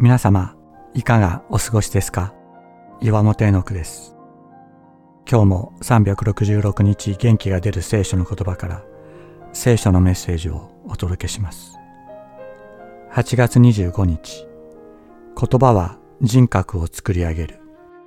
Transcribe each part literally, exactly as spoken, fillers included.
皆様いかがお過ごしですか？岩本絵の句です。今日もさんびゃくろくじゅうろくにち元気が出る聖書の言葉から聖書のメッセージをお届けします。はちがつにじゅうごにち、言葉は人格を作り上げる。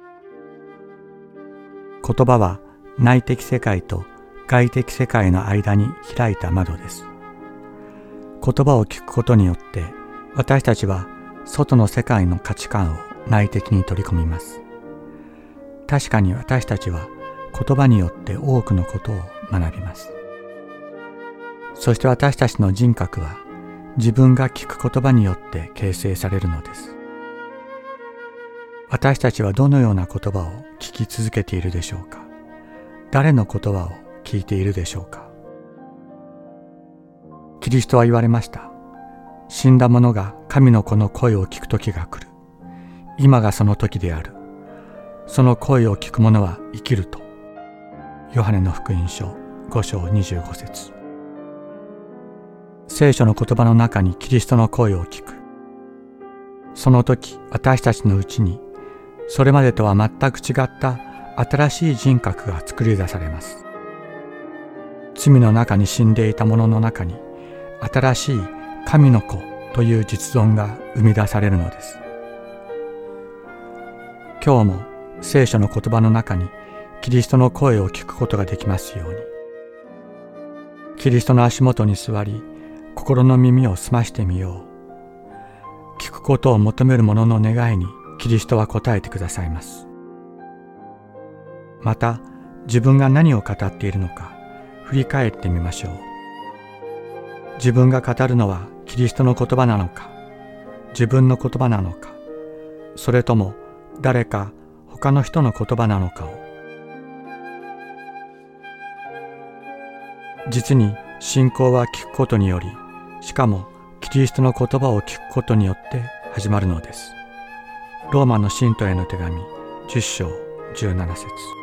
言葉は内的世界と外的世界の間に開いた窓です。言葉を聞くことによって私たちは外の世界の価値観を内的に取り込みます。確かに私たちは言葉によって多くのことを学びます。そして私たちの人格は自分が聞く言葉によって形成されるのです。私たちはどのような言葉を聞き続けているでしょうか？誰の言葉を聞いているでしょうか？キリストは言われました。死んだ者が神の子の声を聞く時が来る。今がその時である。その声を聞く者は生きると。ヨハネの福音書ごしょうにじゅうごせつ。聖書の言葉の中にキリストの声を聞く。その時私たちのうちにそれまでとは全く違った新しい人格が作り出されます。罪の中に死んでいた者の中に新しい神の子という実存が生み出されるのです。今日も聖書の言葉の中にキリストの声を聞くことができますように。キリストの足元に座り、心の耳を澄ましてみよう。聞くことを求める者の願いにキリストは答えてくださいます。また自分が何を語っているのか振り返ってみましょう。自分が語るのはキリストの言葉なのか、自分の言葉なのか、それとも誰か他の人の言葉なのかを。実に信仰は聞くことにより、しかもキリストの言葉を聞くことによって始まるのです。ローマの信徒への手紙じゅっしょうじゅうななせつ。